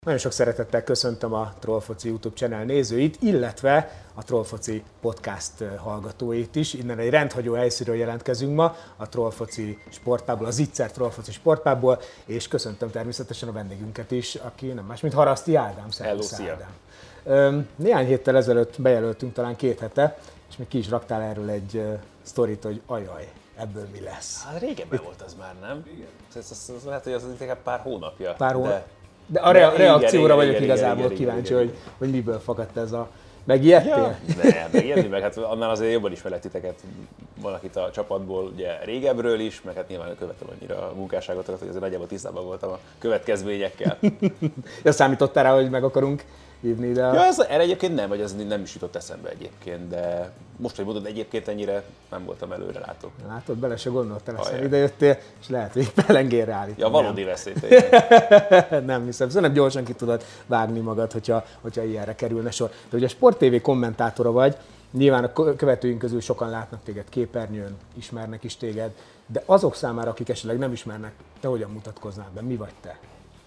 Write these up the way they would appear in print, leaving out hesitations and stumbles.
Nagyon sok szeretettel köszöntöm a Trollfoci YouTube channel nézőit, illetve a Trollfoci podcast hallgatóit is. Innen egy rendhagyó helyszínről jelentkezünk ma, a Trollfoci sportpából, az Itzer Trollfoci sportpából, és köszöntöm természetesen a vendégünket is, aki nem más, mint Haraszti Ádám. Szervusz Ádám. Néhány héttel ezelőtt bejelöltünk, talán 2 hete, és még ki is raktál erről egy sztorit, hogy ajaj, ebből mi lesz. Hát régebben volt az már, nem? Ez lehet, hogy az inkább pár hónapja. De a reakcióra vagyok igazából kíváncsi, hogy miből fakadt ez a... Megijedtél? Ja, nem, megijedni, meg hát annál azért jobban ismerlek titeket, valakit a csapatból ugye régebről is, meg hát nyilván követtem annyira a munkásságot, hogy azért nagyjából tisztában voltam a következményekkel. Ja, számítottál rá, hogy meg akarunk hívni ide? Ja, erre egyébként nem, vagy ez nem is jutott eszembe egyébként, de most, hogy mondod, egyébként ennyire nem voltam előrelátó. Látod, bele se gondoltál, aztán idejöttél, és lehet, hogy pelengérre állítani. Ja, valódi veszélyt. Nem hiszem, szerintem gyorsan ki tudod vágni magad, hogyha ilyenre kerülne sor. De ugye a Sport TV kommentátora vagy, nyilván a követőink közül sokan látnak téged képernyőn, ismernek is téged, de azok számára, akik esetleg nem ismernek, te hogyan mutatkoznál be, mi vagy te?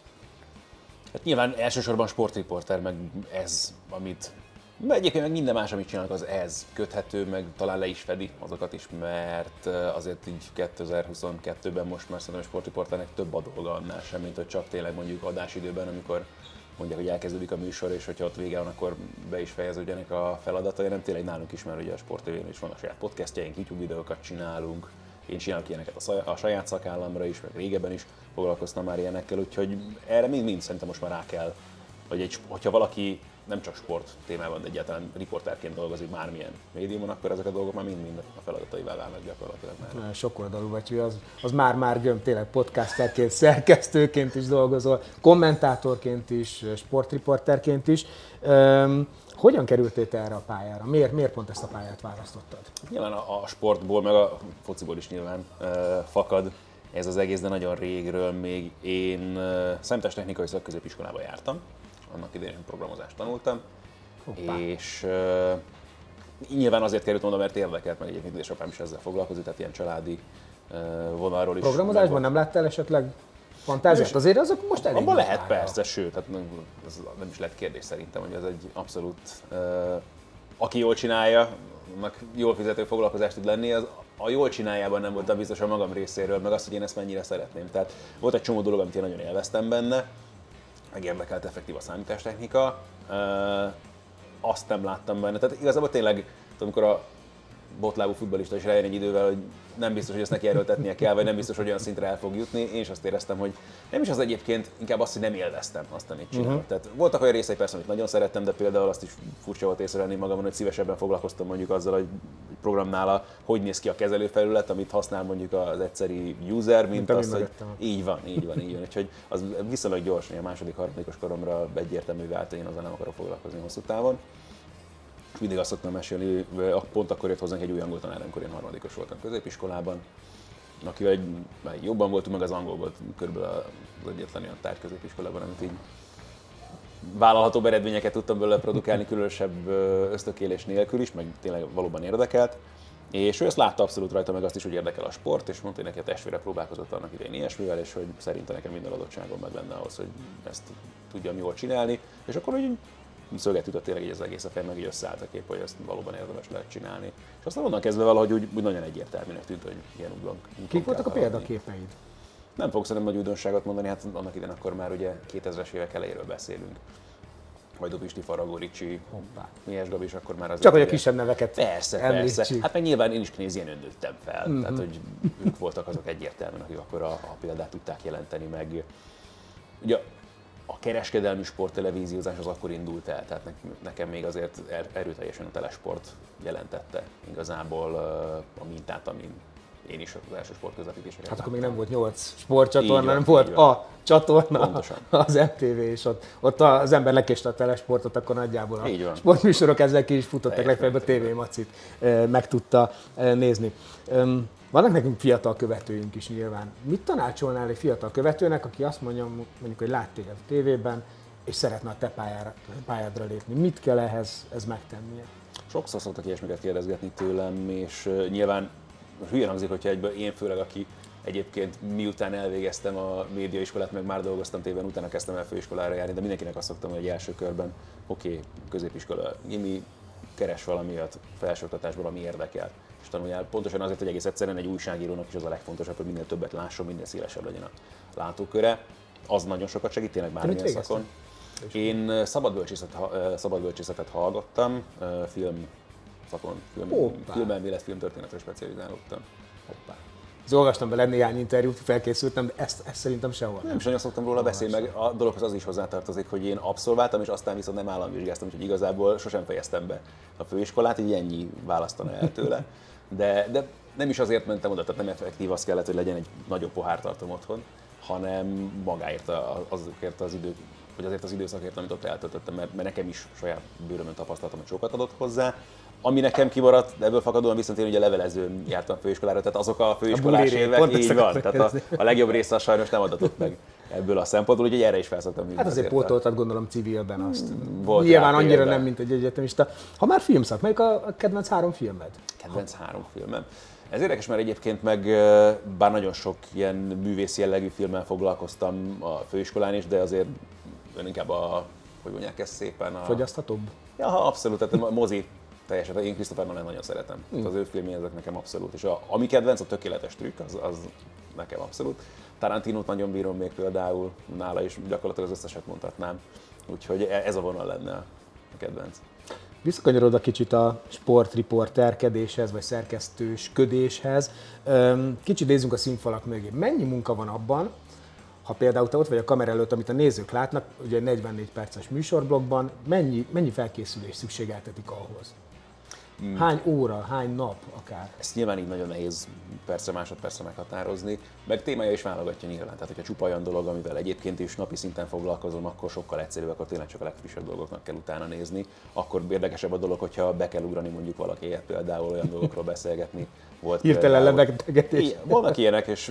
Hát nyilván elsősorban sportriporter, meg ez, amit... Egyébként meg minden más, amit csinálok, az ez köthető, meg talán le is fedi azokat is, mert azért így 2022-ben most már szerintem a sportriporternek több a dolga annál sem, mint hogy csak tényleg mondjuk adásidőben, amikor mondják, hogy elkezdődik a műsor, és hogyha ott vége van, akkor be is fejeződjenek a feladatai, nem tényleg nálunk is, mert ugye a Sport TV-n is vannak saját podcastjaink, YouTube videókat csinálunk, én csinálok ilyeneket a saját szakállamra is, meg régebben is foglalkoztam már ilyenekkel, úgyhogy erre mind szerintem most már rá kell, hogyha valaki nem csak sport témában, de egyáltalán riporterként dolgozik bármilyen médiumon, akkor ezek a dolgok már mind a feladataivá válnak gyakorlatilag már. Sokoldalú vagy, hogy az már gömb, tényleg podcasterként, szerkesztőként is dolgozol, kommentátorként is, sportriporterként is. Hogyan kerültél te erre a pályára? Miért pont ezt a pályát választottad? Nyilván a sportból, meg a fociból is nyilván fakad ez az egész, de nagyon régről még én számítástechnikai szakközépiskolába jártam, annak idején programozást tanultam, és nyilván azért került oda, mert érdekelt, meg egyébként édesapám is ezzel foglalkozik, tehát ilyen családi vonalról is. Programozásban nem láttál esetleg fantáziát? Azért azok most elég. Abban lehet persze, sőt, hát ez nem is lehet kérdés szerintem, hogy ez egy abszolút, aki jól csinálja, annak jól fizető foglalkozást tud lenni, az a jól csináljában nem voltam biztos a magam részéről, meg azt, hogy én ezt mennyire szeretném. Tehát volt egy csomó dolog, amit én nagyon élveztem benne, meg érdekelt effektív a számítástechnika, azt nem láttam benne. Tehát igazából tényleg, amikor a botlábú futballista is rájön egy idővel, hogy nem biztos, hogy ezt neki erőltetnie kell, vagy nem biztos, hogy olyan szintre el fog jutni, én is azt éreztem, hogy nem is az egyébként, inkább azt, hogy nem élveztem azt, amit csinálok. Tehát voltak olyan részei persze, amit nagyon szerettem, de például azt is furcsa volt észrevenni magamon, hogy szívesebben foglalkoztam mondjuk azzal, hogy programnál hogy néz ki a kezelőfelület, amit használ mondjuk az egyszeri user, mint az, hogy így van. Úgyhogy az viszonylag gyorsan, a második, harmadikos koromra egyértelmű vált, hogy én azzal nem akarok foglalkozni hosszú távon. És mindig azt szoktam mesélni, pont akkor jött hozzánk egy új angol tanár, amikor én harmadikos voltam középiskolában, akivel jobban voltunk, meg az angol volt körülbelül az egyetlen olyan tárgy középiskolában, amit így vállalhatóbb eredményeket tudtam belőle produkálni, különösebb ösztökélés nélkül is, meg tényleg valóban érdekelt. És ő ezt látta abszolút rajta, meg azt is, hogy érdekel a sport, és mondta, hogy neki a testvére próbálkozott annak idején ilyesmivel, és hogy szerintem nekem minden adottságom meg lenne ahhoz, hogy ezt tudjam jól csinálni. És akkor úgy szöget ütött tényleg így az egész a fej, meg így összeállt a kép, hogy ezt valóban érdemes lehet csinálni. És aztán onnan kezdve valahogy úgy nagyon egyértelműnek tűnt, hogy ilyen úton. Kik voltak a példaképeid? Nem fogok szerintem nagy újdonságot mondani, hát annak idején akkor már ugye 2000-es évek elejéről beszélünk. Hajdú Pisti, Faragó Ricsi, Mijes Gabi, és akkor már az... Csak hogy a kisebb neveket Persze. Hát meg nyilván én is Knézienőn nőttem fel, tehát hogy ők voltak azok egyértelműen, akik akkor a példát tudták jelenteni meg. Ugye a kereskedelmi sporttelevíziózás az akkor indult el, tehát nekem még azért erőteljesen a Telesport jelentette igazából a mintát, amin én is az első sportközvetítéseket. Hát akkor még nem volt 8 sportcsatorna, nem volt a csatorna, pontosan. Az MTV, és ott az ember lekeste a Telesportot, akkor nagyjából a sportműsorok ezzel ki is futottak, legfeljebb a TV Macit meg tudta nézni. Vannak nekünk fiatal követőink is nyilván. Mit tanácsolnál egy fiatal követőnek, aki azt mondja, mondjuk, hogy lát téged a tévében, és szeretne a te pályádra lépni? Mit kell ehhez megtennie? Sokszor szoktak ilyesmiket kérdezgetni tőlem, és nyilván hülyen hangzik, hogyha egyből én főleg, aki Egyébként miután elvégeztem a médiaiskolát, meg már dolgoztam tévén, utána kezdtem el főiskolára járni, de mindenkinek azt szoktam, hogy első körben középiskola, gimi, keres valamiért felsőoktatásban, ami érdekel. És tanuljál pontosan azért, hogy egész egyszerűen egy újságírónak is az a legfontosabb, hogy minél többet lásson, minél szélesebb legyen a látóköre. Az nagyon sokat segít, tényleg bármilyen szakon. Én szabadbölcsészetet hallgattam, film szakon, filmelmélet, filmtörténetre specializálódtam. Hoppá. Olvastam bele néhány interjút, felkészültem, de ezt szerintem sehol nem is nagyon szoktam róla beszélni, meg a dologhoz az is hozzátartozik, hogy én abszolváltam, és aztán viszont nem államvizsgáztam, úgyhogy igazából sosem fejeztem be a főiskolát, így ennyi választana el tőle. De nem is azért mentem oda, tehát nem effektív az kellett, hogy legyen egy nagyobb pohártartom otthon, hanem magáért azért az időszakért, amit ott eltöltöttem, mert nekem is saját bőrömön tapasztaltam, hogy sokat adott hozzá. Ami nekem kimaradt, ebből fakadóan viszont én ugye levelezőn jártam főiskolára, tehát azok a főiskolás évek, így van, tehát a legjobb része sajnos nem adatott meg ebből a szempontból, úgyhogy erre is felszoktam mindig. Hát azért pótoltad gondolom civilben azt. Nyilván annyira nem, mint egy egyetemista. Ha már filmszak, melyik a kedvenc 3 filmed? Kedvenc 3 filmem? Ez érdekes, mert egyébként meg bár nagyon sok ilyen művész jellegű filmmel foglalkoztam a főiskolán is, de azért inkább hogy mondják ezt szépen? Fogyaszthatóbb? Ja, abszolút, tehát a mozi teljesen. Én Christopher Nolan nagyon szeretem. Az ő filmjei ezek nekem abszolút. És ami kedvenc, a tökéletes trükk, az nekem abszolút. Tarantinót nagyon bírom még például, nála is gyakorlatilag az összeset mondhatnám. Úgyhogy ez a vonal lenne a kedvenc. Visszakanyarodva kicsit a sportriporterkedéshez, vagy szerkesztősködéshez. Kicsit nézzünk a színfalak mögé. Mennyi munka van abban, ha például te ott vagy a kamera előtt, amit a nézők látnak, ugye 44 perces műsorblogban, mennyi felkészülés szükségeltetik ahhoz? Hány óra, hány nap akár? Ezt nyilván így nagyon nehéz percre, másodpercre meghatározni, meg témája is válogatja nyilván. Tehát, hogyha csupa olyan dolog, amivel egyébként is napi szinten foglalkozom, akkor sokkal egyszerűbb, akkor tényleg csak a legfrissebb dolgoknak kell utána nézni. Akkor érdekesebb a dolog, hogyha be kell ugrani mondjuk valakiért például olyan dolgokról beszélgetni. Hirtelen lebegtegetés. Vannak ilyenek, és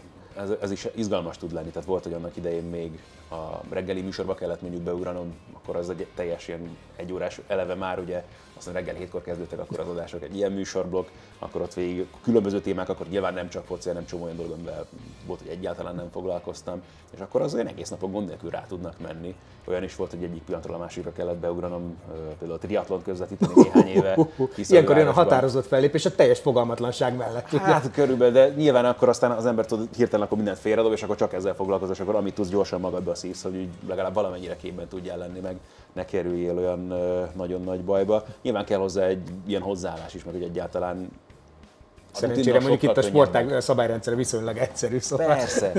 ez is izgalmas tud lenni. Tehát volt, hogy annak idején még a reggeli műsorba kellett mondjuk beugranom, akkor az egy teljes ilyen egyórás, eleve már ugye aztán reggel 7-kor kezdődtek akkor az adások, egy ilyen műsorblokk, akkor ott végig különböző témák, akkor nyilván nem csak foci, hanem csomó olyan dolog, amivel volt, hogy egyáltalán nem foglalkoztam, és akkor az olyan egész napok gond nélkül rá tudnak menni. Olyan is volt, hogy egyik pillanatról a másikra kellett beugranom, például a triatlont közvetíteni néhány éve. Ilyenkor jön a határozott fellépés a teljes fogalmatlanság mellett. Hát körülbelül, de nyilván akkor aztán az ember tud hirtelen akkor mindent félredob, és akkor csak ezzel foglalkozol, és akkor amit tudsz gyorsan magadba szívsz, hogy legalább valamennyire képben tudjál lenni, meg ne kerüljél olyan nagyon nagy bajba. Nyilván kell hozzá egy ilyen hozzáállás is, meg hogy egyáltalán szerencsére mondjuk itt a sportág szabályrendszere viszonylag egyszerű. Szóval.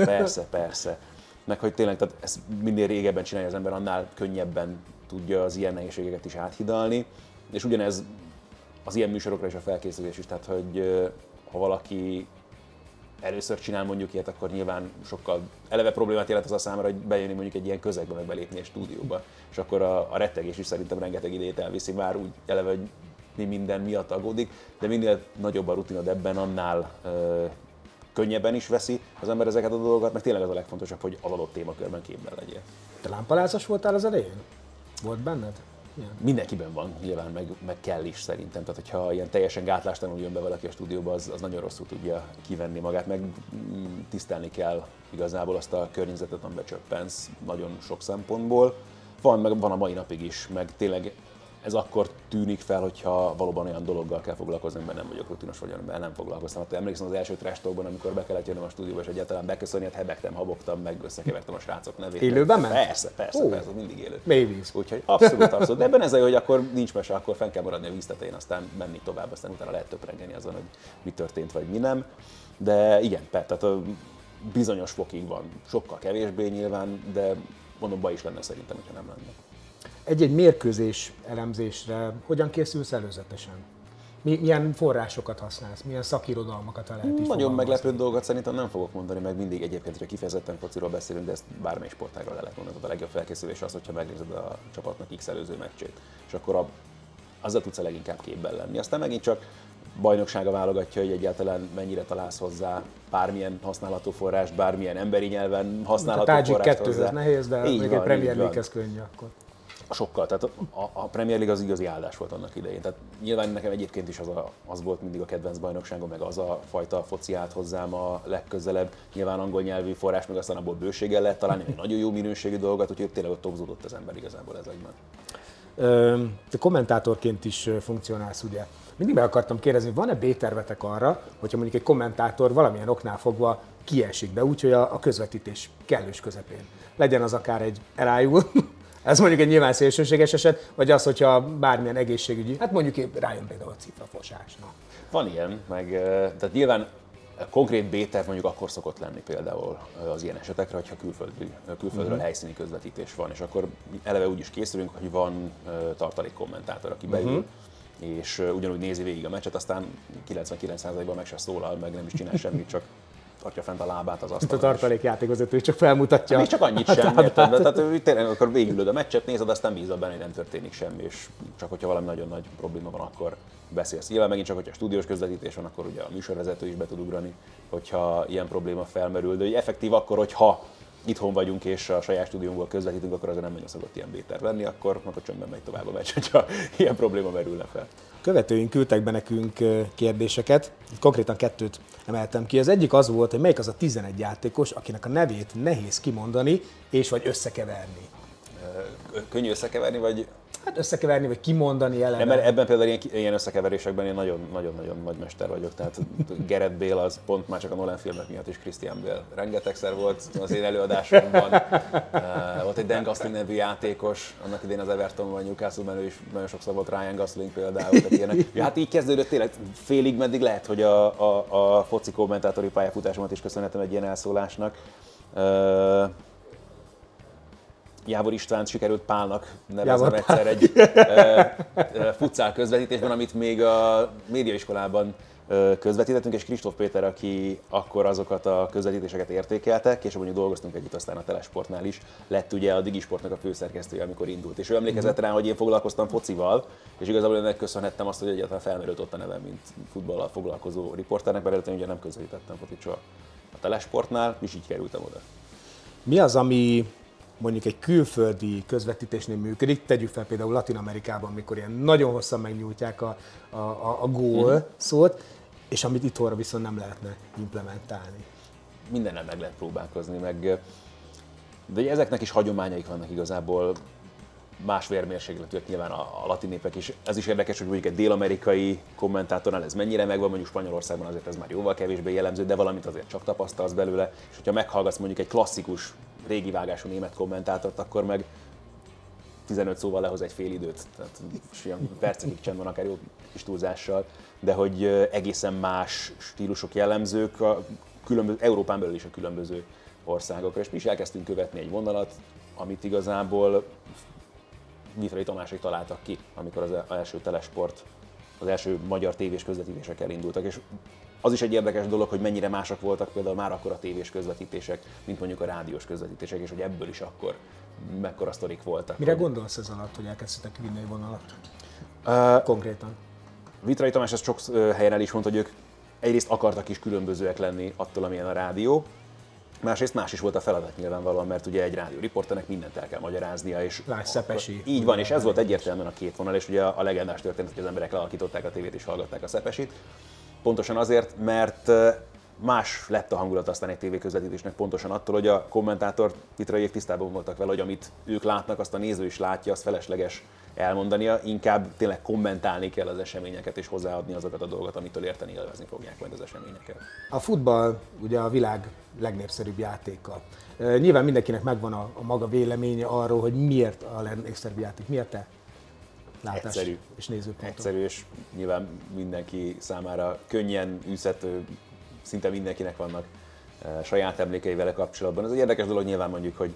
Persze. Meg hogy tényleg, tehát ezt minél régebben csinálja az ember, annál könnyebben tudja az ilyen nehézségeket is áthidalni. És ugyanez az ilyen műsorokra is a felkészülés is, tehát hogy ha valaki először csinál mondjuk ilyet, akkor nyilván sokkal eleve problémát jelent az a számára, hogy bejönni mondjuk egy ilyen közegbe, meg belépni egy stúdióba. És akkor a rettegés is szerintem rengeteg idejét elviszi már úgy eleve, hogy mi minden miatt aggódik, de minél nagyobb a rutinod ebben, annál könnyebben is veszi az ember ezeket a dolgokat, meg tényleg az a legfontosabb, hogy az adott témakörben képben legyél. Te lámpalázas voltál az elején? Volt benned? Igen. Mindenkiben van, nyilván meg kell is szerintem. Tehát, hogyha ilyen teljesen gátlástalanul jön be valaki a stúdióba, az nagyon rosszul tudja kivenni magát, meg tisztelni kell igazából azt a környezetet, amiben csöppensz nagyon sok szempontból. Van a mai napig is, meg tényleg ez akkor tűnik fel, hogyha valóban olyan dologgal kell foglalkozni, amiben nem vagyok rutinos, vagy amiben nem foglalkoztam. Hát emlékszem az első trash talkban, amikor be kellett jönnöm a stúdióba, és egyáltalán beköszönni, hát hebegtem, habogtam, meg összekevertem a srácok nevét. Élőben ment? Persze, mindig élő. Mély víz. Úgyhogy abszolút. De ebben ez a jó, hogy akkor nincs mese, akkor fenn kell maradni a víztetején, aztán menni tovább, aztán utána lehet töprengeni azon, hogy mi történt, vagy mi nem. De igen, tehát bizonyos fokig van, sokkal kevésbé nyilván, de mondom, baj is lenne szerintem, hogyha nem lenne. Egy mérkőzés elemzésre hogyan készülsz előzetesen? Milyen forrásokat használsz? Milyen szakirodalmakat lehet így nagyon meglepő dolgot szerintem nem fogok mondani, meg mindig egyébként, hogyha kifejezetten fociról beszélünk, de ezt bármely sportágról le lehet mondani. A legjobb felkészülés az, hogyha megnézed a csapatnak X előző meccsét, és akkor azzal tudsz a leginkább képben lenni. Aztán megint csak bajnoksága válogatja, hogy egyáltalán mennyire találsz hozzá bármilyen használható forrás, bármilyen emberi nyelven használható forrás hozzá. A Tajik 2 ez nehéz, de még egy Premier League-hez könnyű akkor. Sokkal, tehát a Premier League az igazi áldás volt annak idején. Tehát nyilván nekem egyébként is az volt mindig a kedvenc bajnokságom, meg az a fajta foci állt hozzám a legközelebb. Nyilván angol nyelvű forrás, meg aztán abból bőséggel lehet találni egy nagyon jó minőségű dolgot, úgyhogy tényleg ott topzódott az ember igazából ezekben. Te kommentátorként is funkcionálsz, ugye? Mindig meg akartam kérdezni, van-e B-tervetek arra, hogyha mondjuk egy kommentátor valamilyen oknál fogva kiesik be, úgyhogy a közvetítés kellős közepén. Legyen az akár egy elájul, ez mondjuk egy nyilván szélsőséges eset, vagy az, hogyha bármilyen egészségügyi, hát mondjuk rájön például a cifrafosás. Van ilyen, meg tehát nyilván konkrét B-terv mondjuk akkor szokott lenni például az ilyen esetekre, hogyha külföldről helyszíni közvetítés van, és akkor eleve úgy is készülünk, hogy van tartalék kommentátor, aki beül, és ugyanúgy nézi végig a meccset, aztán 99%-ban meg se szólal, meg nem is csinál semmit, csak tartja fent a lábát az asztalon. Itt a tartalékjátékvezető csak felmutatja. Még csak annyit sem, érted? Tehát tényleg akkor végigülöd a meccset, nézed, aztán bízod benne, hogy nem történik semmi, és csak hogyha valami nagyon nagy probléma van, akkor beszélsz. Nyilván megint csak, hogyha stúdiós közvetítés van, akkor ugye a műsorvezető is be tud ugrani, hogyha ilyen probléma felmerül, de effektív akkor, hogyha itthon vagyunk és a saját stúdiónkból közvetítünk, akkor azért nem nagyon szokott ilyen B-terv lenni, akkor csöndben megy tovább a meccs, hogyha ilyen probléma merülne fel. Követőink küldtek be nekünk kérdéseket, konkrétan 2 emeltem ki. Az egyik az volt, hogy melyik az a 11 játékos, akinek a nevét nehéz kimondani és vagy összekeverni. Könnyű összekeverni, vagy? Hát összekeverni, vagy kimondani eleve. Mert ebben például ilyen összekeverésekben én nagyon-nagyon nagy mester vagyok, tehát Gareth Bale az pont már csak a Nolan filmek miatt is Christian Bale. Rengetegszer volt az én előadásomban. Volt egy Dan Gosling nevű játékos, annak idén az Evertonban, Newcastle-ben ő is nagyon sokszor volt, Ryan Gosling például. Hát így kezdődött tényleg félig meddig lehet, hogy a foci kommentátori pályafutásomat is köszönhetem egy ilyen elszólásnak. Jávor Istvánt sikerült Pálnak nevezem egyszer egy futszál közvetítésben, amit még a médiaiskolában közvetítettünk, és Kristóf Péter, aki akkor azokat a közvetítéseket értékelte, később mondjuk dolgoztunk együtt aztán a Telesportnál is, lett ugye a Digisportnak a főszerkesztője, amikor indult. És ő emlékezett rá, hogy én foglalkoztam focival, és igazából ennek köszönhettem azt, hogy egyáltalán felmerült ott a nevem, mint futballal foglalkozó riporternek, mert előtte ugye nem közvetítettem focit soha a Telesportnál, és így kerültem oda. Mi az, ami mondjuk egy külföldi közvetítésnél működik, tegyük fel például Latin-Amerikában, mikor ilyen nagyon hosszan megnyújtják a gól szót, és amit itthonra viszont nem lehetne implementálni. Mindennel meg lehet próbálkozni, de ezeknek is hagyományaik vannak igazából, más vérmérsékletűek nyilván a latin népek is. Ez is érdekes, hogy mondjuk egy dél-amerikai kommentátornál ez mennyire megvan, mondjuk Spanyolországban azért ez már jóval kevésbé jellemző, de valamit azért csak tapasztalsz belőle, és hogyha meghallgatsz mondjuk egy klasszikus, régi vágású német kommentátort, akkor meg 15 szóval lehoz egy fél időt, tehát ilyen percekig csend van, akár jó kis túlzással, de hogy egészen más stílusok jellemzők a különböző, Európán belül is a különböző országokra, és mi is elkezdtünk követni egy vonalat, amit igazából Vitrai Tamásék találtak ki, amikor az első Telesport, az első magyar tévés közvetítések elindultak, és az is egy érdekes dolog, hogy mennyire másak voltak például már akkor a tévés közvetítések, mint mondjuk a rádiós közvetítések, és hogy ebből is akkor mekkora sztorik voltak. Mire gondolsz ez alatt, hogy elkezdtek vinni egy vonalat? Konkrétan. Vitrai Tamás ezt sok helyen el is mondta, hogy ők egyrészt akartak is különbözőek lenni attól, amilyen a rádió, másrészt más is volt a feladat nyilvánvalóan, mert ugye egy rádió riporternek mindent el kell magyaráznia, és Szepesi. Így van, és ez volt egyértelműen a két vonal, és ugye a legendás történet, hogy az emberek lealakították a tévét és hallgatták a Szepesit. Pontosan azért, mert más lett a hangulat aztán egy tévéközvetítésnek pontosan attól, hogy a kommentátor Vitraiék tisztában voltak vele, hogy amit ők látnak, azt a néző is látja, azt felesleges elmondania, inkább tényleg kommentálni kell az eseményeket és hozzáadni azokat a dolgokat, amitől érteni, élvezni fogják majd az eseményeket. A futball ugye a világ legnépszerűbb játéka. Nyilván mindenkinek megvan a maga véleménye arról, hogy miért a legnépszerűbb játék. Miért te? Látás egyszerű és nézőponton. Egyszerű, és nyilván mindenki számára könnyen űzhető, szinte mindenkinek vannak saját emlékei vele kapcsolatban. Ez egy érdekes dolog nyilván mondjuk, hogy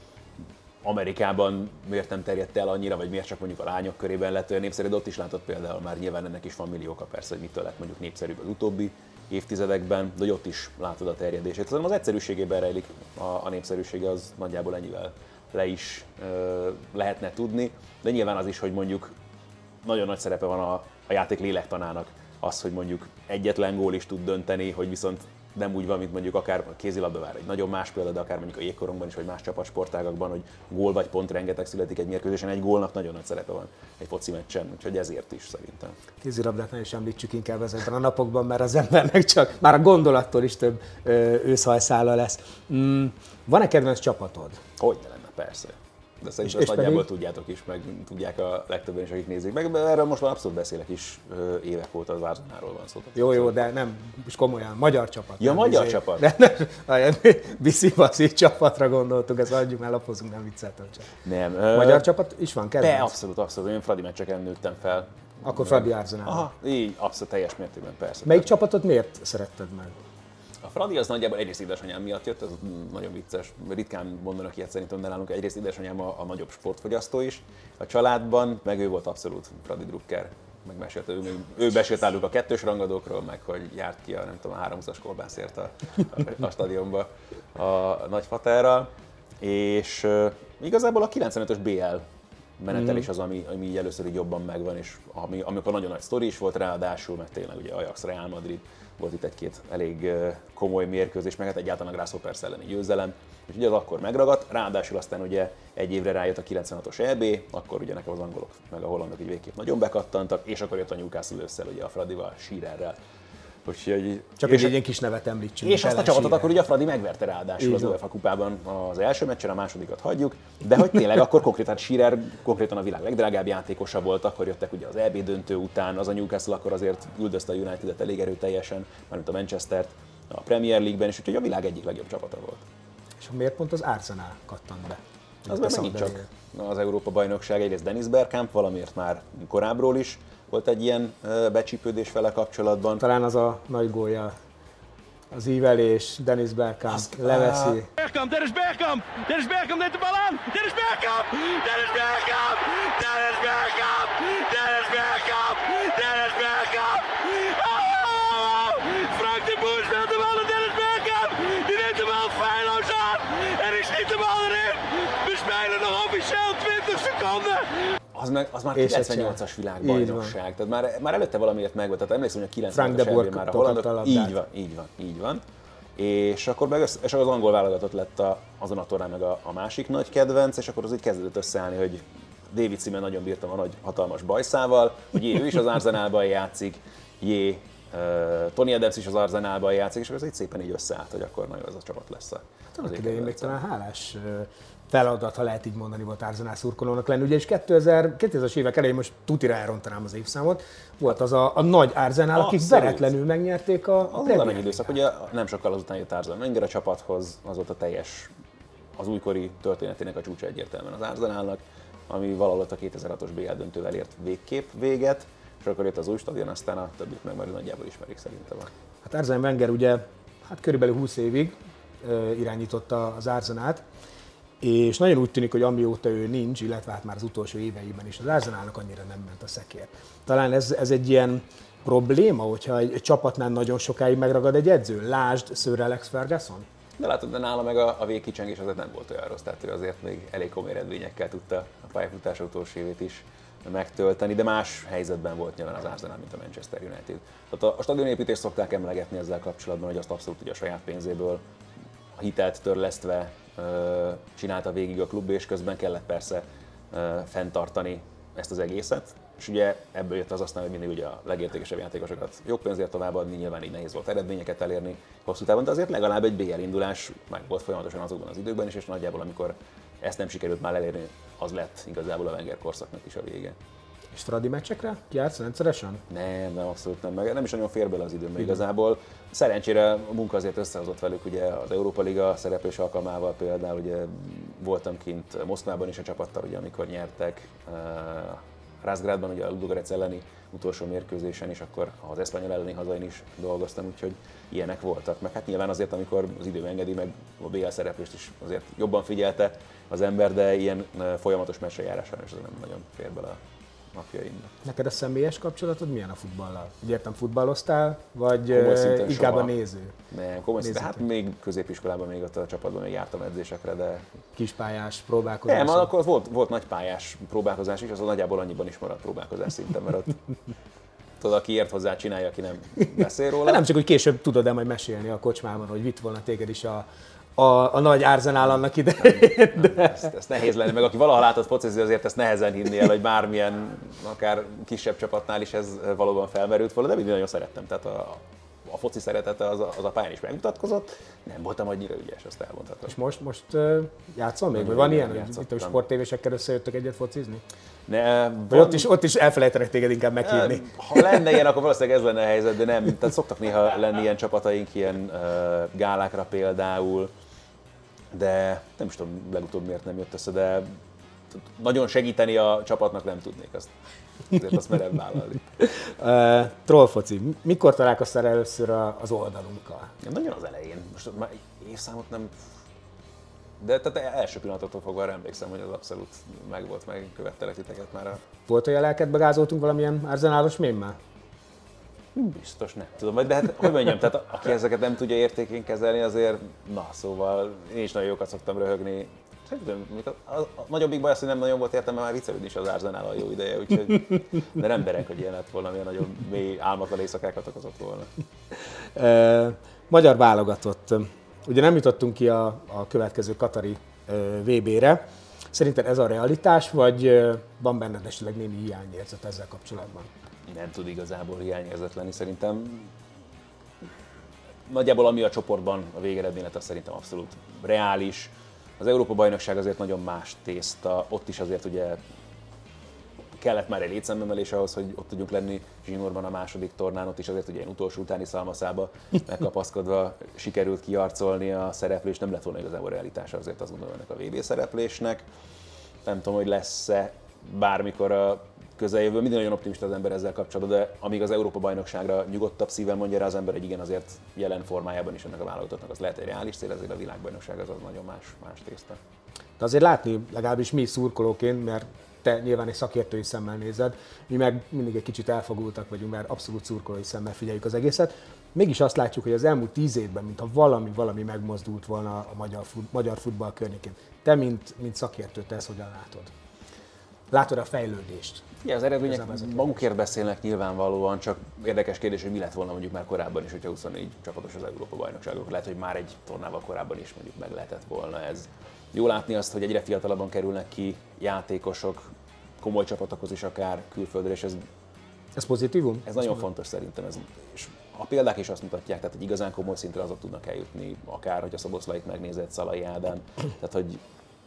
Amerikában miért nem terjedt el annyira, vagy miért csak mondjuk a lányok körében lett olyan népszerű, de ott is látott például már nyilván ennek is van millió oka persze, hogy mitől lett mondjuk népszerűbb az utóbbi évtizedekben, de hogy ott is látod a terjedését. Szerintem az egyszerűségében rejlik a népszerűsége, az nagyjából ennyivel le is lehetne tudni, de nyilván az is, hogy mondjuk nagyon nagy szerepe van a játék lélektanának az, hogy mondjuk egyetlen gól is tud dönteni, hogy viszont nem úgy van, mint mondjuk akár a kézilabdavár, egy nagyon más példa, de akár mondjuk a jégkorongban is, vagy más csapatsportágakban, hogy gól vagy pont rengeteg születik egy mérkőzésen, egy gólnak nagyon nagy szerepe van egy foci meccsen, úgyhogy ezért is szerintem. Kézilabdát ne is említsük inkább ezekben a napokban, mert az embernek csak már a gondolattól is több őszhajszála lesz. Van-e kedvenc csapatod? Hogyne lenne, persze. De szerintem ezt nagyjából tudjátok is, meg tudják a legtöbben is, akik nézik meg. Erről most már abszolút beszélek is, évek óta az Arsenalról van szó. Jó, de nem, most komolyan, magyar csapat. Ja, magyar csapat? Biszi-baszi csapatra gondoltuk, ezt adjuk, már lapozunk, nem vicceltem csak. Nem. Magyar csapat is van, kedvenc? Abszolút. Én Fradi meccseken nőttem fel. Akkor Fradi Arsenal. Aha, így, abszolút teljes mértékben, persze. Melyik csapatot miért szeretted meg? A Fradi az nagyjából egyrészt édesanyám miatt jött, ez nagyon vicces. Ritkán mondanak ilyet szerintem, de nálunk egyrészt édesanyám a nagyobb sportfogyasztó is. A családban, meg ő volt abszolút Fradi drukker. Megmesélte, ő besélt náluk a 2-ös rangadókról, meg hogy járt ki a, nem tudom, a 320-as kolbászért a stadionba a nagyfatárral. És igazából a 95-ös BL menetelés az, ami így először így jobban megvan, és amikor nagyon nagy sztori is volt ráadásul, meg tényleg ugye Ajax, Real Madrid, volt itt egy-két elég komoly mérkőzés, meg hát egyáltalán a Grasshoppers elleni győzelem, úgyhogy az akkor megragadt, ráadásul aztán ugye egy évre rájött a 96-os EB, akkor ugye nekem az angolok meg a hollandok így végképp nagyon bekattantak, és akkor jött a Newcastle összel ugye a Fradival, Shearerrel. Úgyhogy, csak egy ilyen kis nevet említsünk. És azt a csapatot akkor ugye a Fradi megverte ráadásul az UEFA kupában az első meccsen, a másodikat hagyjuk, de hogy tényleg akkor konkrétan Shearer konkrétan a világ legdrágább játékosa volt, akkor jöttek ugye az EB döntő után, az a Newcastle akkor azért üldözte a United-et elég erőteljesen, mármint a Manchestert a Premier League-ben, és úgyhogy a világ egyik legjobb csapata volt. És miért pont az Arsenal kattant be? Az már megint csak az Európa-bajnokság, egyrészt Dennis Bergkamp, valamiért már korábbról is volt egy ilyen becsípődés vele kapcsolatban. Talán az a nagy gólja, az ívelés, Dennis Bergkamp leveszi. Dennis Bergkamp neemt de bal aan. Dennis Bergkamp! Frank de Boer speelt de bal aan Dennis Bergkamp. Die neemt de bal feilloos aan. En ik schiet de bal erin. We spelen nog officieel 20 seconden. Az már 98-as világbajnokság, tehát már előtte valamiért megvolt, tehát emlékszem, hogy a 96-as évben már a hollandok, így van. És akkor az angol válogatott lett azon a tornán meg a másik nagy kedvenc, és akkor az így kezdődött összeállni, hogy David Seaman nagyon bírtam a nagy hatalmas bajszával, hogy ő is az Arsenalban játszik, Tony Adams is az Arsenalban játszik, és akkor ez így szépen így összeállt, hogy akkor nagyon az a csapat lesz az idején még talán hálás feladat, ha lehet így mondani, volt Arsenal szurkolónak lenni. Ugye és 2000-es évek elején, most tutira elrontanám az évszámot, volt az a nagy Arsenal, akik veretlenül megnyerték a Premier League időszak, ugye nem sokkal azután jött Arsene Wenger a csapathoz, az volt a teljes, az újkori történetének a csúcsa egyértelműen az Arsenalnak, ami valahol a 2006-os BL döntővel ért végképp véget, és akkor jött az új stadion, aztán a többit meg már nagyjából ismerik szerintem. Hát Arsene Wenger ugye körülbelül 20 évig irányította az Arsenalt, és nagyon úgy tűnik, hogy amióta ő nincs, illetve hát már az utolsó éveiben is az Arsenalnak annyira nem ment a szekér. Talán ez egy ilyen probléma, hogyha egy csapatnál nagyon sokáig megragad egy edző. Lásd Sir Alex Ferguson? De látod, de nála meg a végkicsengés azért nem volt olyan rossz, tehát ő azért még elég komoly eredményekkel tudta a pályafutás utolsó évét is megtölteni, de más helyzetben volt nyilván az Arsenal, mint a Manchester United. Tehát a stadionépítést szokták emlegetni ezzel kapcsolatban, hogy azt abszolút ugye a saját pénzéből, a hitelt törlesztve csinálta végig a klub, és közben kellett persze fenntartani ezt az egészet. És ugye ebből jött az aztán, hogy mindig ugye a legértékesebb játékosokat jobb pénzért továbbadni, nyilván így nehéz volt eredményeket elérni hosszú távon, de azért legalább egy BL indulás meg volt folyamatosan azokban az időkben is, és nagyjából amikor ezt nem sikerült már elérni, az lett igazából a Wenger korszaknak is a vége. És Fradi meccsekre jársz rendszeresen? Nem, abszolút nem, meg nem is nagyon fér bele az időmbe igazából. Szerencsére a munka azért összehozott velük, ugye az Európa Liga szereplés alkalmával például, ugye voltam kint Moszkvában is a csapattal, ugye, amikor nyertek, Razgrádban, ugye a Ludogorec elleni utolsó mérkőzésen, és akkor az Espanyol elleni hazain is dolgoztam, úgyhogy ilyenek voltak. Meg hát nyilván azért, amikor az idő engedi, meg a BL szereplést is azért jobban figyelte az ember, de ilyen folyamatos meccsre járására is nem nagyon fér bele a napjaimba. Neked a személyes kapcsolatod milyen a futballal? Úgy értem, futballoztál, vagy inkább soha. A néző? Nem, komoly szinten. Hát még középiskolában, még ott a csapatban még jártam edzésekre, de... Kispályás próbálkozás? Nem, akkor volt nagy pályás próbálkozás is, az nagyjából annyiban is maradt próbálkozás szinten, mert ott tudod, aki ért hozzá, csinálja, aki nem beszél róla. Nem csak, hogy később tudod-e majd mesélni a kocsmában, hogy vitt volna téged is a nagy Arsenal annak idején. Nem, ezt nehéz lenni, meg aki valaha látott focizni, azért ezt nehezen hinni el, hogy bármilyen, akár kisebb csapatnál is ez valóban felmerült volna, de mindig nagyon szerettem. Tehát a foci szeretete az a pályán is megmutatkozott, nem voltam annyira ügyes, azt elmondhatom. És most játszol még? Vagy van ilyen, hogy itt a sporttévésekkel összejöttök egyet focizni? Vagy ott is elfelejtenek téged inkább meghívni. Ha lenne ilyen, akkor valószínűleg ez lenne a helyzet, de nem. Tehát szoktak néha lenni ilyen csapataink, ilyen gálákra például, de nem is tudom legutóbb miért nem jött össze, de nagyon segíteni a csapatnak nem tudnék, azért azt merem vállalni. Trollfoci. Mikor találkoztál először az oldalunkkal? Nagyon az elején. Most már évszámot nem... De tehát első pillanattól fogva arra emlékszem, hogy az abszolút megvolt, megkövettelek titeket már. Volt olyan lelkedbe gázoltunk valamilyen arzenálos mémmel? Biztos nem tudom, de hát hogy mondjam, tehát aki ezeket nem tudja értékén kezelni, azért na, szóval én is nagyon jókat szoktam röhögni. A nagyobbik baj az, hogy nem nagyon volt értelme már viccelődni is az Arsenállal jó ideje, úgyhogy de nem derek, hogy ilyen lett volna, milyen nagyon mély álmatlan éjszakákat okozott volna. Magyar válogatott. Ugye nem jutottunk ki a következő katari VB-re. Szerinted ez a realitás, vagy van benned esetleg némi hiányérzet ezzel kapcsolatban? Nem tud igazából hiányérzet lenni, szerintem. Nagyjából ami a csoportban a végeredmény lett, az szerintem abszolút reális. Az Európa-bajnokság azért nagyon más tészta, ott is azért ugye kellett már egy létszámemelés ahhoz, hogy ott tudjunk lenni zsinórban a második tornán, ott is azért ugye ilyen utolsó utáni szalmaszába megkapaszkodva sikerült kiarcolni a szereplést, nem lett volna igazából realitása azért azt gondolom ennek a VB szereplésnek. Nem tudom, hogy lesz-e bármikor a közeljövő, mindig nagyon optimista az ember ezzel kapcsolatban, de amíg az Európa-bajnokságra nyugodtabb szívvel mondja rá az ember, hogy igen, azért jelen formájában is ennek a válogatottnak az lehet egy reális cél, azért a világbajnokság az nagyon más tészta. De azért látni, legalábbis mi szurkolóként, mert te nyilván egy szakértői szemmel nézed, mi meg mindig egy kicsit elfogultak vagyunk, mert abszolút szurkolói szemmel figyeljük az egészet. Mégis azt látjuk, hogy az elmúlt 10 évben, mintha valami megmozdult volna a magyar futball környékén. Te, mint szakértő, te ezt hogyan látod? Látod a fejlődést? Ja, az eredmények magukért beszélnek nyilvánvalóan, csak érdekes kérdés, hogy mi lett volna mondjuk már korábban is, hogyha 24 csapatos az Európa-bajnokságok. Lehet, hogy már egy tornával korábban is mondjuk meg lehetett volna ez. Jó látni azt, hogy egyre fiatalabban kerülnek ki játékosok, komoly csapatokhoz is akár külföldre, és ez pozitívum? Ez nagyon fontos szerintem. És a példák is azt mutatják, tehát hogy igazán komoly szintre azok tudnak eljutni, akár hogy a Szoboszlait megnézett, Szalai Ádám. Tehát, hogy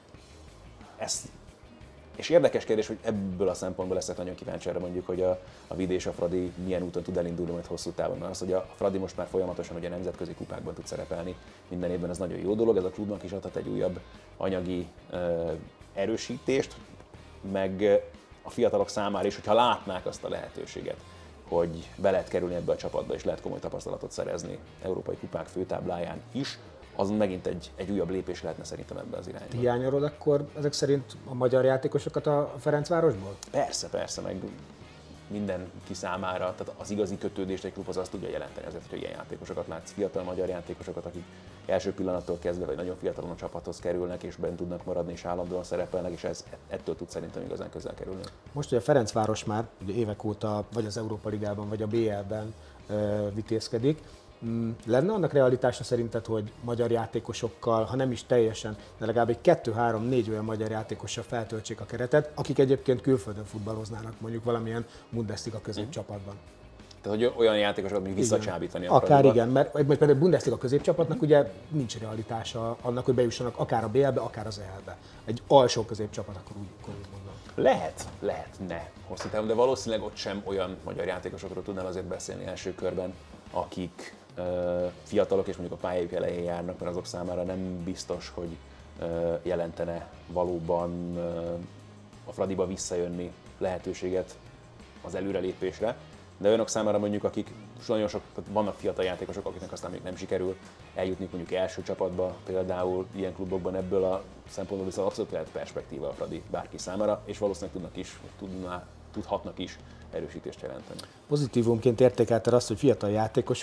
és érdekes kérdés, hogy ebből a szempontból leszek nagyon kíváncsi erre mondjuk, hogy a Vidi és a Fradi milyen úton tud elindulni majd hosszú távon. Mert az, hogy a Fradi most már folyamatosan ugye nemzetközi kupákban tud szerepelni minden évben, ez nagyon jó dolog, ez a klubnak is adhat egy újabb anyagi erősítést, meg a fiatalok számára is, hogyha látnák azt a lehetőséget, hogy be lehet kerülni ebbe a csapatba, és lehet komoly tapasztalatot szerezni európai kupák főtábláján is, az megint egy újabb lépés lehetne szerintem ebben az irányban. Hiányolod akkor ezek szerint a magyar játékosokat a Ferencvárosból? Persze, meg mindenki számára, tehát az igazi kötődést egy klubhoz azt tudja jelenteni azért, hogy ilyen játékosokat látsz, fiatal magyar játékosokat, akik első pillanattól kezdve, vagy nagyon fiatalon a csapathoz kerülnek, és bent tudnak maradni, és állandóan szerepelnek, és ettől tud szerintem igazán közel kerülni. Most ugye a Ferencváros már ugye évek óta vagy az Európa Ligában, vagy a BL-ben vitézkedik. Lenne annak realitása szerinted, hogy magyar játékosokkal, ha nem is teljesen, de legalább egy 2-3-4 olyan magyar játékossal feltöltsék a keretet, akik egyébként külföldön futballoznának mondjuk valamilyen Bundesliga középcsapatban? Tehát, hogy olyan játékosokat még visszacsábítani a akár Fradiba. Igen, mert például a Bundesliga középcsapatnak ugye nincs realitása annak, hogy bejussanak akár a BL-be, akár az EL-be. Egy alsó középcsapat, akkor úgy mondom. Lehetne hosszú távon, de valószínűleg ott sem olyan magyar játékosokról tudnám azért beszélni első körben, akik fiatalok és mondjuk a pályájuk elején járnak, mert azok számára nem biztos, hogy jelentene valóban a Fradiba visszajönni lehetőséget az előrelépésre, de olyanok számára mondjuk, akik nagyon sok, vannak fiatal játékosok, akiknek aztán még nem sikerül eljutni mondjuk első csapatba, például ilyen klubokban ebből a szempontból viszont abszolút lehet perspektíva a Fradi bárki számára, és valószínűleg tudhatnak is erősítést jelenteni. Pozitívumként értékelted azt, hogy fiatal játékosok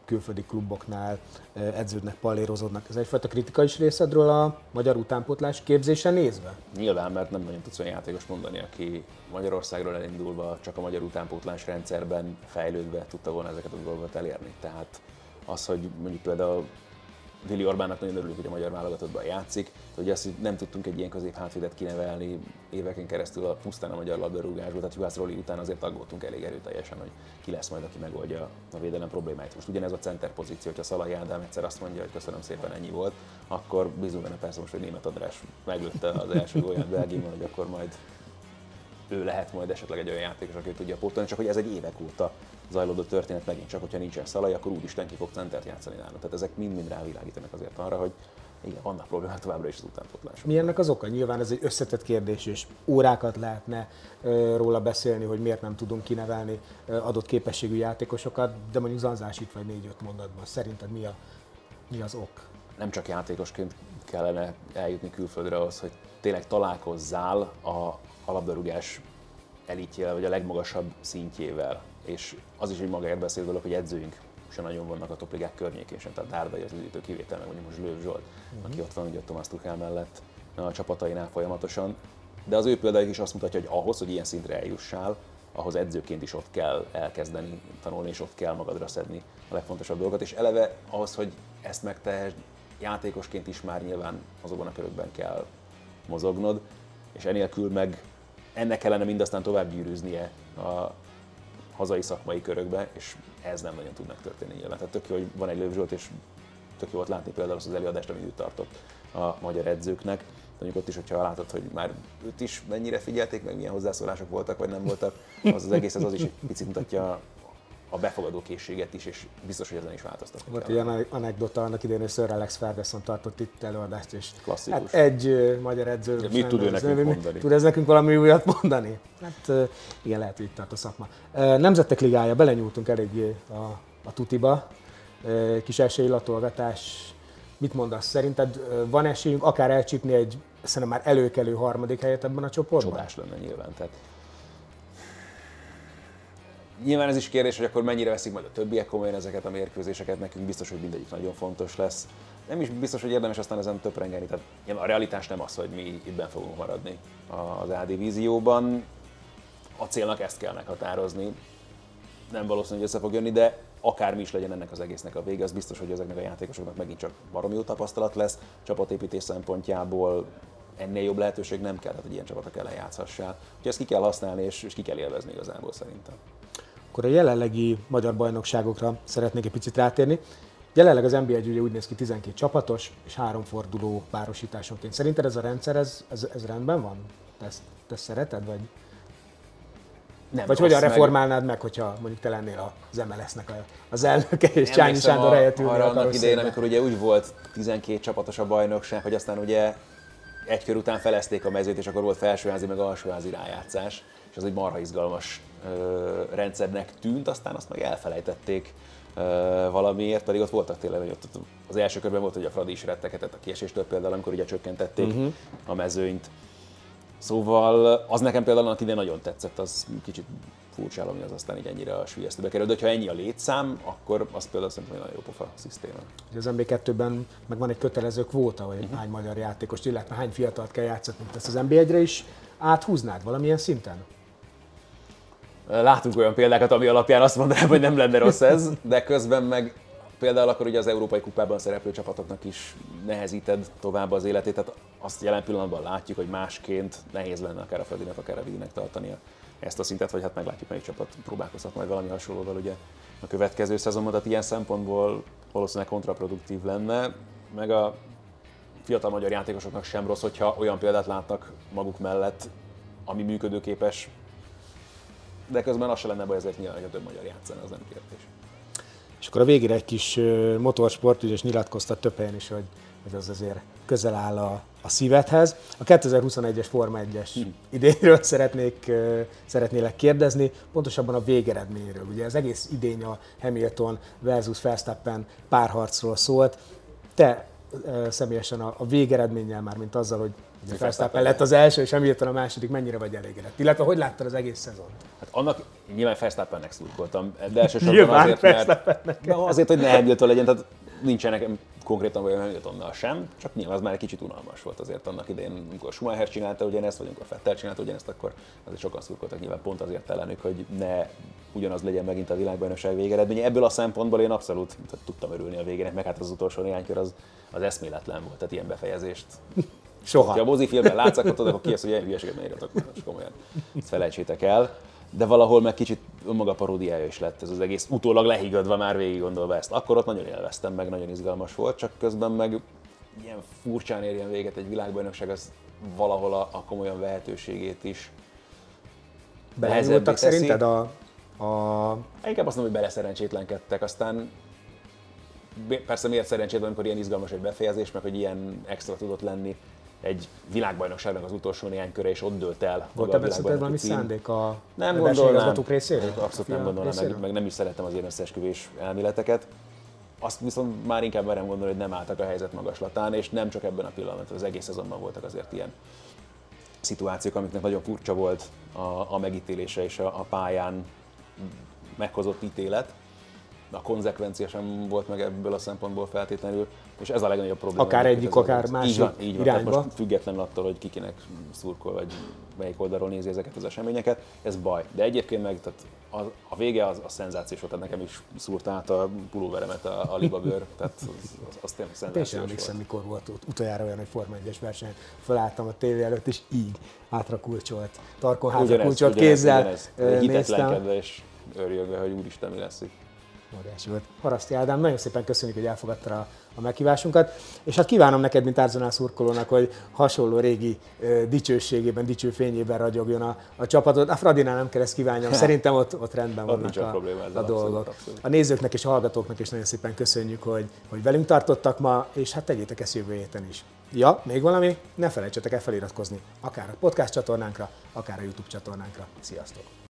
külföldi kluboknál edződnek, pallérozódnak. Ez egyfajta kritikai is részedről a magyar utánpótlás képzése nézve? Nyilván, mert nem nagyon tudsz olyan játékos mondani, aki Magyarországról elindulva csak a magyar utánpótlás rendszerben fejlődve tudta volna ezeket a dolgokat elérni. Tehát az, hogy mondjuk például Vili Orbánnak nagyon örülünk, hogy a magyar válogatottban játszik, hogy azt, hogy nem tudtunk egy ilyen középhátvédet kinevelni éveken keresztül pusztán a magyar labdarúgásból, tehát Juhász Roli után azért aggódtunk elég erőteljesen, hogy ki lesz majd, aki megoldja a védelem problémáit. Most ugyanez a center pozíció, hogyha Szalai Ádám egyszer azt mondja, hogy köszönöm szépen, ennyi volt, akkor bízunk benne persze most, hogy Németh András meglőtte az első gólját Belgiumban, hogy akkor majd ő lehet majd esetleg egy olyan játékos, aki tudja pótolni, csak hogy ez egy évek óta zajlódó történet megint csak, hogyha nincsen Szalai, akkor úristen ki fog centert játszani nálunk. Tehát ezek mind-mind rávilágítanak azért arra, hogy igen, vannak problémák továbbra is az utánpótlások. Mi ennek az oka? Nyilván ez egy összetett kérdés, és órákat lehetne róla beszélni, hogy miért nem tudunk kinevelni adott képességű játékosokat, de mondjuk zanzásít vagy 4-5 mondatban. Szerinted mi az ok? Nem csak játékosként kellene eljutni külföldre ahhoz, hogy tényleg találkozzál a labdarúgás elitjével, vagy a legmagasabb szintjével. És az is egy magáért beszélő dolog, hogy edzőink sem nagyon vannak a topligák környékén sem, tehát Dárdai az üdítő kivétel, meg mondjuk most Lőv Zsolt, aki ott van ugye Thomas Tuchel mellett a csapatainál folyamatosan. De az ő példájuk is azt mutatja, hogy ahhoz, hogy ilyen szintre eljussál, ahhoz edzőként is ott kell elkezdeni tanulni, és ott kell magadra szedni a legfontosabb dolgokat. És eleve ahhoz, hogy ezt megtehessd, játékosként is már nyilván azokban a körökben kell mozognod, és enélkül meg ennek kellene mindaztán tovább gyűrűznie a hazai szakmai körökbe, és ez nem nagyon tudnak történni nyilván. Tehát tök jó, hogy van egy Lőv Zsolt, és tök jó volt látni például azt az előadást, amit ő tartott a magyar edzőknek. Mondjuk ott is, hogyha látod, hogy már őt is mennyire figyelték, meg milyen hozzászólások voltak, vagy nem voltak, az egész az is egy picit mutatja a befogadó készséget is, és biztos, hogy ezen is változtatni kell. Volt ilyen anekdota annak idején, hogy Sir Alex Ferguson tartott itt előadást, és klasszikus. Hát egy magyar edző. Mit tud ő nekünk mondani? Tud ez nekünk valami újat mondani? Hát igen, lehet, hogy itt tart a szakma. Nemzetek Ligája, belenyúltunk eléggé a tutiba. Kis esélylatolgatás. Mit mondasz? Szerinted van esélyünk akár elcsípni egy szerintem már előkelő harmadik helyet ebben a csoportban? Csodás lenne nyilván. Tehát nyilván ez is kérdés, hogy akkor mennyire veszik majd a többiek komolyan ezeket a mérkőzéseket, nekünk biztos, hogy mindegyik nagyon fontos lesz. Nem is biztos, hogy érdemes aztán ezen töprengeni, tehát a realitás nem az, hogy mi ittben fogunk maradni az A-divízióban. A célnak ezt kell meghatározni. Nem valószínű, hogy össze fog jönni, de akármi is legyen ennek az egésznek a vége, az biztos, hogy ezeknek a játékosoknak megint csak baromi jó tapasztalat lesz. Csapatépítés szempontjából ennél jobb lehetőség nem kell, tehát hogy ilyen csapatok ellen játszhassál. Úgyhogy ezt ki kell használni, és ki kell élvezni igazából szerintem. Akkor a jelenlegi magyar bajnokságokra szeretnék egy picit rátérni. Jelenleg az NB1 ugye úgy néz ki 12 csapatos és 3 forduló párosításonként. Szerinted ez a rendszer, ez rendben van? Te szereted, vagy? Nem, vagy hogyan reformálnád meg, hogyha mondjuk te lennél az MLS-nek az elnöke, és Csányi Sándor helyett ülni arra annak idején, amikor ugye úgy volt 12 csapatos a bajnokság, hogy aztán ugye egy kör után felezték a mezőt, és akkor volt felsőházi meg alsóházi rájátszás, és az egy marha izgalmas rendszernek tűnt, aztán azt meg elfelejtették valamiért, pedig ott voltak tényleg, hogy ott az első körben volt, hogy a Fradi is retteghetett a kieséstől például, amikor ugye csökkentették a mezőnyt. Szóval az nekem például annak idején nagyon tetszett, az kicsit furcsálom, hogy az aztán így ennyire a sülyeztőbe kerül, de ha ennyi a létszám, akkor az például szerintem egy nagyon jó pofa szisztéma. Az NB2-ben meg van egy kötelező kvóta, hogy hány magyar játékost, illetve hány fiatalt kell játszani, mint ezt az NB1-re is áthúznád valamilyen szinten? Látunk olyan példákat, ami alapján azt mondanám, hogy nem lenne rossz ez, de közben meg például akkor ugye az Európai Kupában szereplő csapatoknak is nehezíted tovább az életét, tehát azt jelen pillanatban látjuk, hogy másként nehéz lenne akár a Fradinak, akár a Vilinek tartania ezt a szintet, vagy hát meglátjuk, melyik csapat próbálkozhat majd valami hasonlóval ugye a következő szezonban, tehát ilyen szempontból valószínűleg kontraproduktív lenne, meg a fiatal magyar játékosoknak sem rossz, hogyha olyan példát látnak maguk mellett, ami működőképes, de közben az se lenne baj, ezért nyilván, hogy a több magyar játszana, az nem kérdés. És akkor a végére egy kis motorsport, és nyilatkoztat több helyen is, hogy az azért közel áll a szívedhez. A 2021-es Forma 1-es idényről szeretnélek kérdezni, pontosabban a végeredményről. Ugye az egész idény a Hamilton versus Verstappen párharcról szólt. Te személyesen a végeredménnyel már, mint azzal, hogy Verstappen lett az első, és említettem a második, mennyire vagy elégedett? Illetve hogy láttad az egész szezont? Hát annak nyilván Verstappennek szurkoltam, de elsősorban azért, hogy ne Hamilton legyen, tehát nincsen nekem konkrétan olyan Hamiltonnal sem, csak nyilván az már egy kicsit unalmas volt azért annak idején, amikor Schumacher csinálta ugyanezt, vagy amikor Vettel csinálta ugyanezt, akkor azért sokan szurkoltak nyilván pont azért ellenük, hogy ne ugyanaz legyen megint a világbajnokság végeredménye. Ebből a szempontból én abszolút tudtam örülni a végének, meg hát az utolsó néhány kör az eszméletlen volt, tehát ilyen befejezést. Soha. Ha a mozifilmben látszakotod, akkor ki az, hogy ilyen hülyeséget ne írjatok, most komolyan. Ezt felejtsétek el. De valahol meg kicsit önmaga paródiája is lett ez az egész, utólag lehiggadva már végig gondolva ezt. Akkor ott nagyon élveztem, meg nagyon izgalmas volt, csak közben meg ilyen furcsán érjen véget egy világbajnokság, az valahol a komolyan vehetőségét is belenyúltak szerinted Inkább azt mondom, hogy beleszerencsétlenkedtek, aztán persze miért szerencsétlen, amikor ilyen izgalmas egy befejezés, meg hogy ilyen extra tudott lenni egy világbajnokságnak az utolsó néhány köre, és ott dőlt el. Volt ebben szerinted valami szándék a versenyigazgatók részéről? Abszolút nem gondolnám, meg nem is szeretem az ilyen összeesküvés elméleteket. Azt viszont már inkább merem gondolni, hogy nem álltak a helyzet magaslatán, és nem csak ebben a pillanatban, az egész szezonban voltak azért ilyen szituációk, amiknek nagyon furcsa volt a megítélése és a pályán meghozott ítélet. A konzekvencia sem volt meg ebből a szempontból feltétlenül, és ez a legnagyobb probléma. Akár egyik, akár másik így van. Tehát most függetlenül attól, hogy kikinek szurkol, vagy melyik oldalról nézi ezeket az eseményeket, ez baj. De egyébként meg tehát a vége az szenzációs volt, tehát nekem is szúrt át a pulóveremet a libabőr, tehát az tényleg szenzációs volt. Emlékszem, mikor volt utoljára olyan, hogy Forma 1-es versenyen felálltam a tévé előtt, és így hátra kulcsolt, tarkon hátra kulcsolt kézzel hitetlenkedve és örjögve, hogy úristen, mi lesz itt. Óriási volt. Haraszti Ádám, nagyon szépen köszönjük, hogy elfogadtad a meghívásunkat, és hát kívánom neked, mint Arsenal szurkolónak, hogy hasonló régi dicsőségében, dicső fényében ragyogjon a csapatod. A Fradinál nem kell ezt kívánjam, szerintem ott rendben vannak a dolgok. Abszolút. A nézőknek és a hallgatóknak is nagyon szépen köszönjük, hogy velünk tartottak ma, és hát tegyétek ezt jövő héten is. Ja, még valami? Ne felejtsetek el feliratkozni, akár a podcast csatornánkra, akár a YouTube csatornánkra. Sziasztok!